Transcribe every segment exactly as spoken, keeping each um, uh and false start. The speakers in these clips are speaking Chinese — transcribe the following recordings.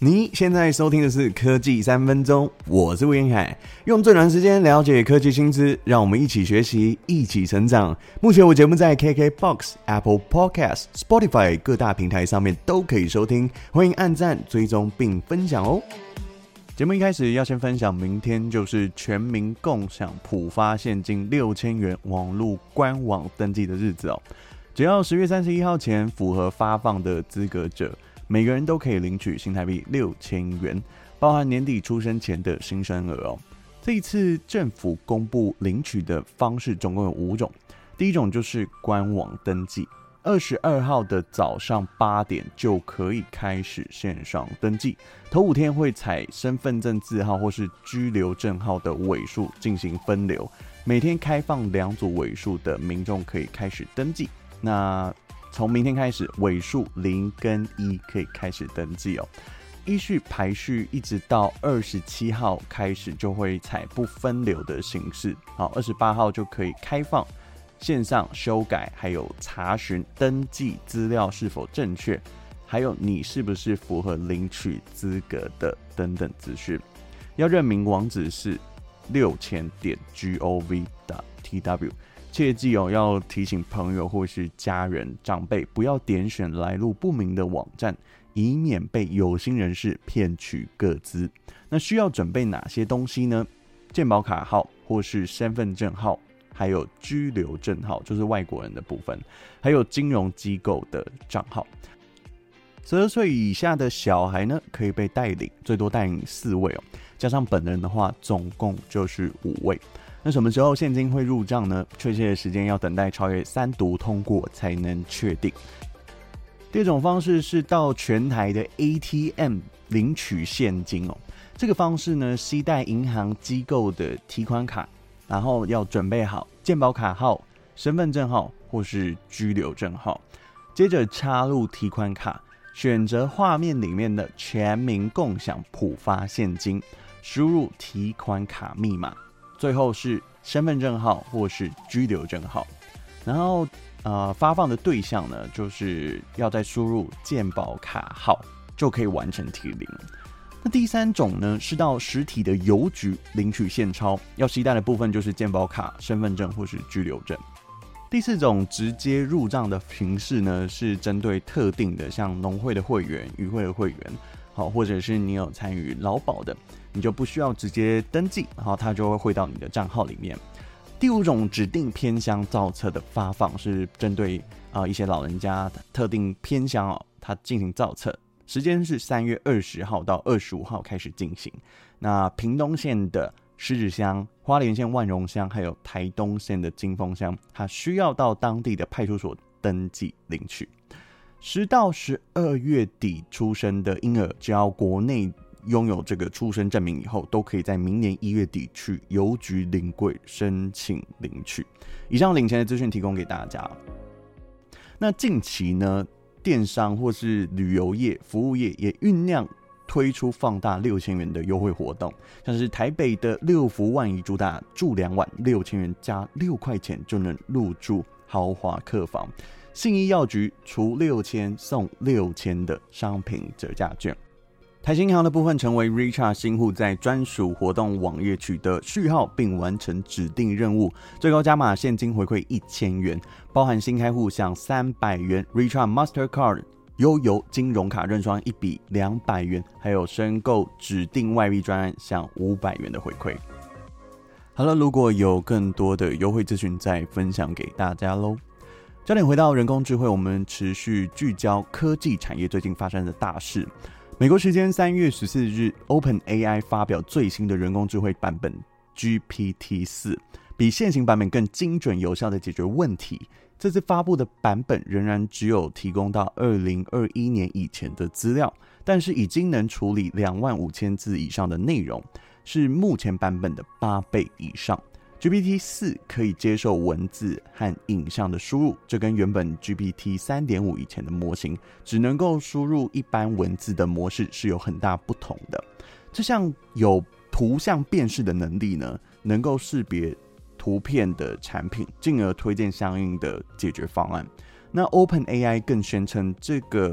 你现在收听的是科技三分钟，我是吴彦凯，用最短时间了解科技新知，让我们一起学习，一起成长。目前我节目在 K K B O X、Apple Podcast、Spotify 各大平台上面都可以收听，欢迎按赞、追踪并分享哦。节目一开始要先分享，明天就是全民共享普发现金六千元网络官网登记的日子哦。只要十月三十一号前符合发放的资格者，每个人都可以领取新台币六千元，包含年底出生前的新生儿哦。这一次政府公布领取的方式总共有五种，第一种就是官网登记，二十二号的早上八点就可以开始线上登记，头五天会采身份证字号或是居留证号的尾数进行分流，每天开放两组尾数的民众可以开始登记。那从明天开始，尾数零跟一可以开始登记哦。依序排序，一直到二十七号开始就会采不分流的形式。好，二十八号就可以开放线上修改，还有查询登记资料是否正确，还有你是不是符合领取资格的等等资讯。要认明网址是六千点 gov 点 tw。切记哦，要提醒朋友或是家人长辈不要点选来路不明的网站，以免被有心人士骗取个资。那需要准备哪些东西呢？健保卡号或是身份证号，还有居留证号，就是外国人的部分，还有金融机构的账号。十二岁以下的小孩呢，可以被带领，最多带领四位哦，加上本人的话，总共就是五位。那什么时候现金会入账呢？确切的时间要等待超越三读通过才能确定。第二种方式是到全台的 A T M 领取现金哦。这个方式呢，携带银行机构的提款卡，然后要准备好健保卡号、身份证号或是居留证号，接着插入提款卡，选择画面里面的全民共享普发现金，输入提款卡密码。最后是身份证号或是居留证号，然后呃发放的对象呢，就是要再输入健保卡号就可以完成提领。那第三种呢，是到实体的邮局领取现钞，要携带的部分就是健保卡、身份证或是居留证。第四种直接入账的形式呢，是针对特定的，像农会的会员、渔会的会员，好，或者是你有参与劳保的，你就不需要直接登记，然后它就会汇到你的账号里面。第五种指定偏乡造册的发放是针对、呃、一些老人家特定偏乡哦，它进行造册，时间是三月二十号到二十五号开始进行。那屏东县的狮子乡、花莲县万荣乡，还有台东县的金峰乡，它需要到当地的派出所登记领取。十到十二月底出生的婴儿，只要国内拥有这个出生证明以后，都可以在明年一月底去邮局临柜申请领取。以上领钱的资讯提供给大家。那近期呢，电商或是旅游业、服务业也酝酿推出放大六千元的优惠活动，像是台北的六福万怡主打住两晚六千元加六块钱就能入住豪华客房。信义药局除六千送六千的商品折价券。台新银行的部分成为 Richart 新户在专属活动网页取得序号并完成指定任务，最高加码现金回馈一千元，包含新开户享三百元 Richart Mastercard 悠游金融卡认刷一笔两百元，还有申购指定外币专案享五百元的回馈。好了，如果有更多的优惠资讯再分享给大家咯。焦点回到人工智慧，我们持续聚焦科技产业最近发生的大事。美国时间三月十四日 ，OpenAI 发表最新的人工智慧版本 G P T 四， 比现行版本更精准有效地解决问题。这次发布的版本仍然只有提供到二零二一年以前的资料，但是已经能处理两万五千字以上的内容，是目前版本的八倍以上。G P T 四 可以接受文字和影像的输入，这跟原本 G P T 三点五 以前的模型只能够输入一般文字的模式是有很大不同的。这项有图像辨识的能力呢，能够识别图片的产品，进而推荐相应的解决方案。那 OpenAI 更宣称这个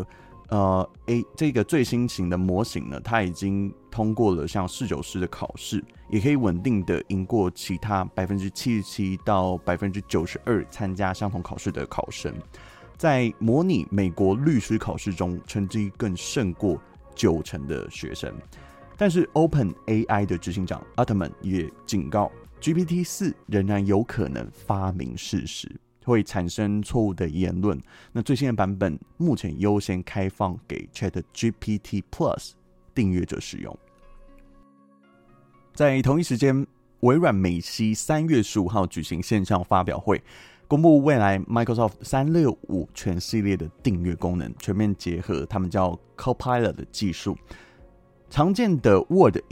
呃 A 这个最新型的模型呢，它已经通过了像侍酒师的考试，也可以稳定的赢过其他 百分之七十七 到 百分之九十二 参加相同考试的考生。在模拟美国律师考试中，成绩更胜过九成的学生。但是 OpenAI 的执行长 Altman 也警告 G P T 四 仍然有可能发明事实，会产生错误的言论。那最新的版本目前优先开放给 ChatGPT Plus 订阅者使用。在同一时间，微软美西三月十五号举行线上发表会，公布未来 Microsoft 三六五全系列的订阅功能，全面结合他们叫 Copilot 的技术。常见的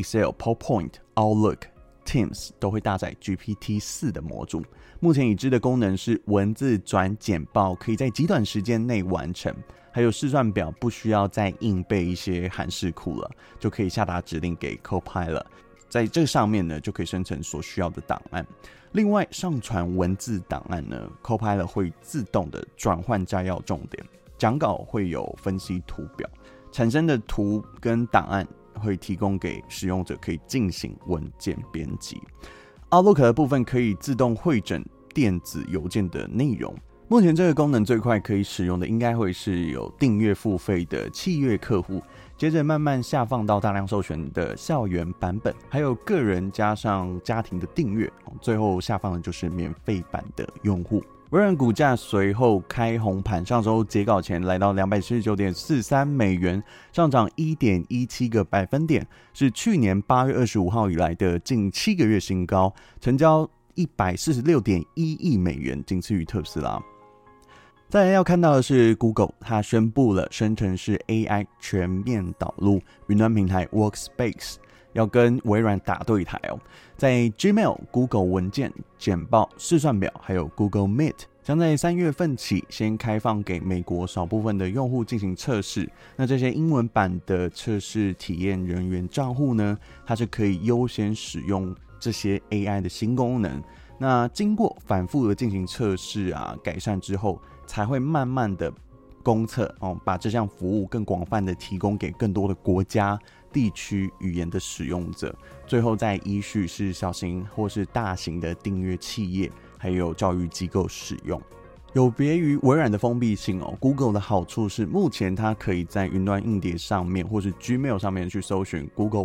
Word、Excel、PowerPoint、Outlook、Teams 都会搭载 G P T 四 的模组。目前已知的功能是文字转简报可以在极短时间内完成，还有试算表不需要再硬背一些函式库了，就可以下达指令给 Copilot， 在这上面呢就可以生成所需要的档案。另外，上传文字档案呢 Copilot 会自动的转换摘要重点，讲稿会有分析图表，产生的图跟档案会提供给使用者可以进行文件编辑。Outlook 的部分可以自动汇整电子邮件的内容。目前这个功能最快可以使用的应该会是有订阅付费的企业客户，接着慢慢下放到大量授权的校园版本，还有个人加上家庭的订阅，最后下放的就是免费版的用户。微软股价随后开红盘，上周截稿前来到 两百七十九点四三美元，上涨 一点一七 个百分点，是去年八月二十五号以来的近七个月新高，成交 一百四十六点一亿美元，仅次于特斯拉。再来要看到的是 Google， 它宣布了生成式 A I 全面导入云端平台 Workspace， 要跟微软打对台哦。在 Gmail、Google 文件、简报、试算表，还有 Google Meet， 将在三月份起先开放给美国少部分的用户进行测试。那这些英文版的测试体验人员账户呢，它是可以优先使用这些 A I 的新功能。那经过反复的进行测试啊，改善之后，才会慢慢的公测哦，把这项服务更广泛的提供给更多的国家、地区、语言的使用者，最后再依序是小型或是大型的订阅企业，还有教育机构使用。有别于微软的封闭性哦 ，Google 的好处是目前它可以在云端硬碟上面或是 Gmail 上面去搜寻 Google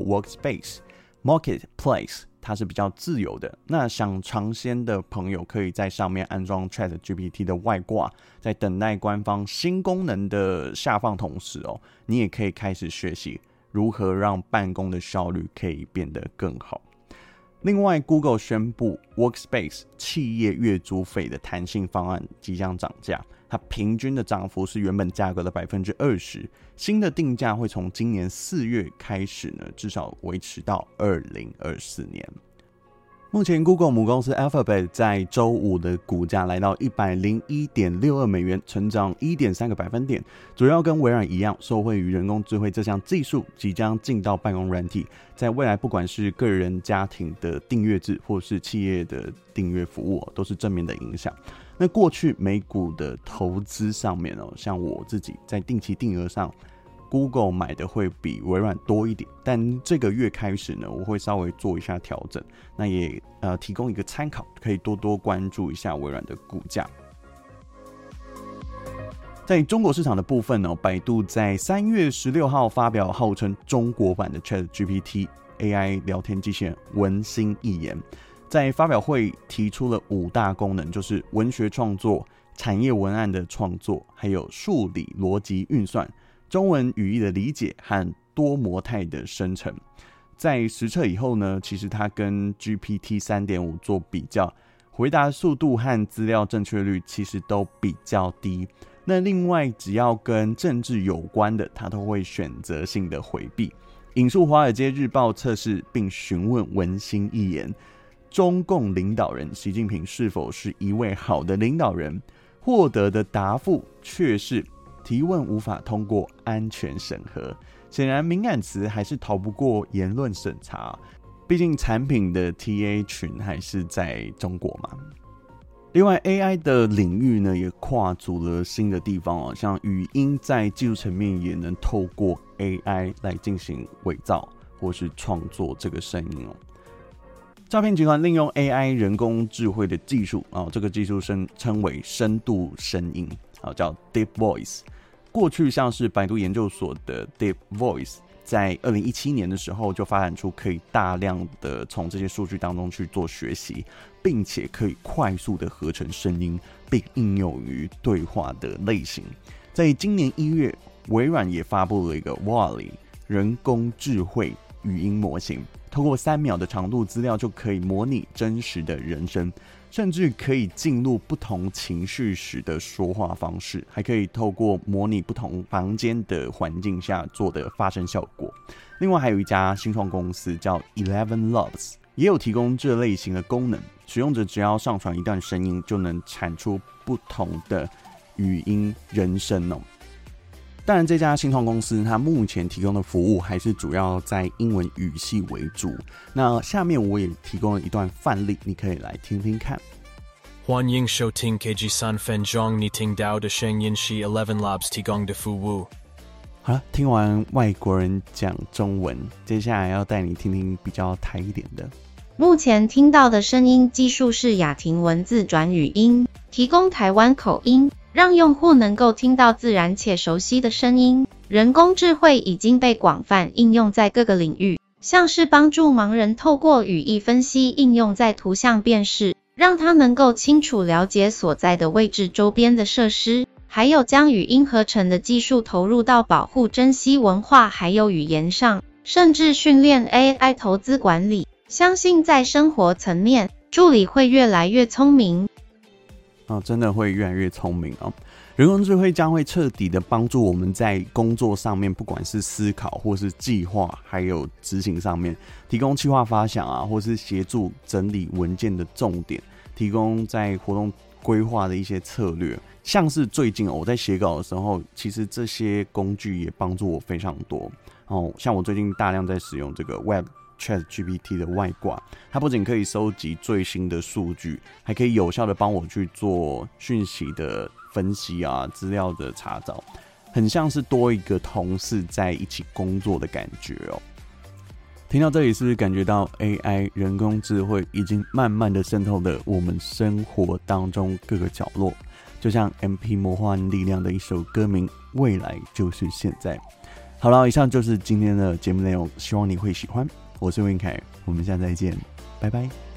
Workspace、Marketplace。它是比较自由的，那想尝鲜的朋友可以在上面安装 ChatGPT 的外挂，在等待官方新功能的下放同时哦，你也可以开始学习如何让办公的效率可以变得更好。另外 Google 宣布 Workspace 企业月租费的弹性方案即将涨价，它平均的涨幅是原本价格的 百分之二十， 新的定价会从今年四月开始呢，至少维持到二零二四年。目前 Google 母公司 Alphabet 在周五的股价来到 一百零一点六二美元，成长 一点三 个百分点，主要跟微软一样，受惠于人工智慧这项技术即将进到办公软体，在未来不管是个人家庭的订阅制或是企业的订阅服务、哦、都是正面的影响。那过去美股的投资上面、哦、像我自己在定期定额上Google 买的会比微软多一点，但这个月开始呢，我会稍微做一下调整，那也呃提供一个参考，可以多多关注一下微软的股价。在中国市场的部分呢，百度在三月十六号发表号称中国版的 ChatGPT A I 聊天机器人文心一言，在发表会提出了五大功能，就是文学创作、产业文案的创作，还有数理逻辑运算、中文语义的理解和多模态的生成。在实测以后呢，其实它跟 G P T 三点五 做比较，回答速度和资料正确率其实都比较低。那另外只要跟政治有关的，它都会选择性的回避。引述华尔街日报测试并询问文心一言，中共领导人习近平是否是一位好的领导人，获得的答复却是提问无法通过安全审核。显然敏感词还是逃不过言论审查，毕竟产品的 T A 群还是在中国嘛。 另外 A I 的领域呢也跨足了新的地方哦，像语音在技术层面也能透过 A I 来进行伪造或是创作这个声音哦。诈骗集团利用 A I 人工智慧的技术哦，这个技术称为深度声音啊，叫 Deep Voice。过去像是百度研究所的 Deep Voice， 在二零一七年的时候就发展出可以大量的从这些数据当中去做学习，并且可以快速的合成声音，并应用于对话的类型。在今年一月，微软也发布了一个 Wall-E 人工智慧语音模型，透过三秒的长度资料就可以模拟真实的人声，甚至可以进入不同情绪时的说话方式，还可以透过模拟不同房间的环境下做的发声效果。另外还有一家新创公司叫 Eleven Labs， 也有提供这类型的功能，使用者只要上传一段声音，就能产出不同的语音人声哦。当然，这家新创公司它目前提供的服务还是主要在英文语系为主。那下面我也提供了一段范例，你可以来听听看。 欢迎收听 K G 三分钟，你听到的声音是 Eleven Labs 提供的服务。 好了，听完外国人讲中文，接下来要带你听听比较台一点的。 目前听到的声音技术是雅婷文字转语音，提供台湾口音，让用户能够听到自然且熟悉的声音。人工智慧已经被广泛应用在各个领域，像是帮助盲人透过语义分析应用在图像辨识，让他能够清楚了解所在的位置周边的设施，还有将语音合成的技术投入到保护珍稀文化还有语言上，甚至训练 A I 投资管理。相信在生活层面，助理会越来越聪明。 哦，真的会越来越聪明哦。人工智慧将会彻底的帮助我们在工作上面，不管是思考或是计划，还有执行上面，提供企划发想啊，或是协助整理文件的重点，提供在活动规划的一些策略。像是最近我在写稿的时候，其实这些工具也帮助我非常多哦。像我最近大量在使用这个 Web ChatGPT 的外挂，它不仅可以收集最新的数据，还可以有效的帮我去做讯息的分析啊，资料的查找，很像是多一个同事在一起工作的感觉哦。听到这里，是不是感觉到 A I 人工智慧已经慢慢的渗透了我们生活当中各个角落？就像 M P 魔幻力量的一首歌名，未来就是现在。好了，以上就是今天的节目内容，希望你会喜欢。我是Win凯，我们下次再见，拜拜。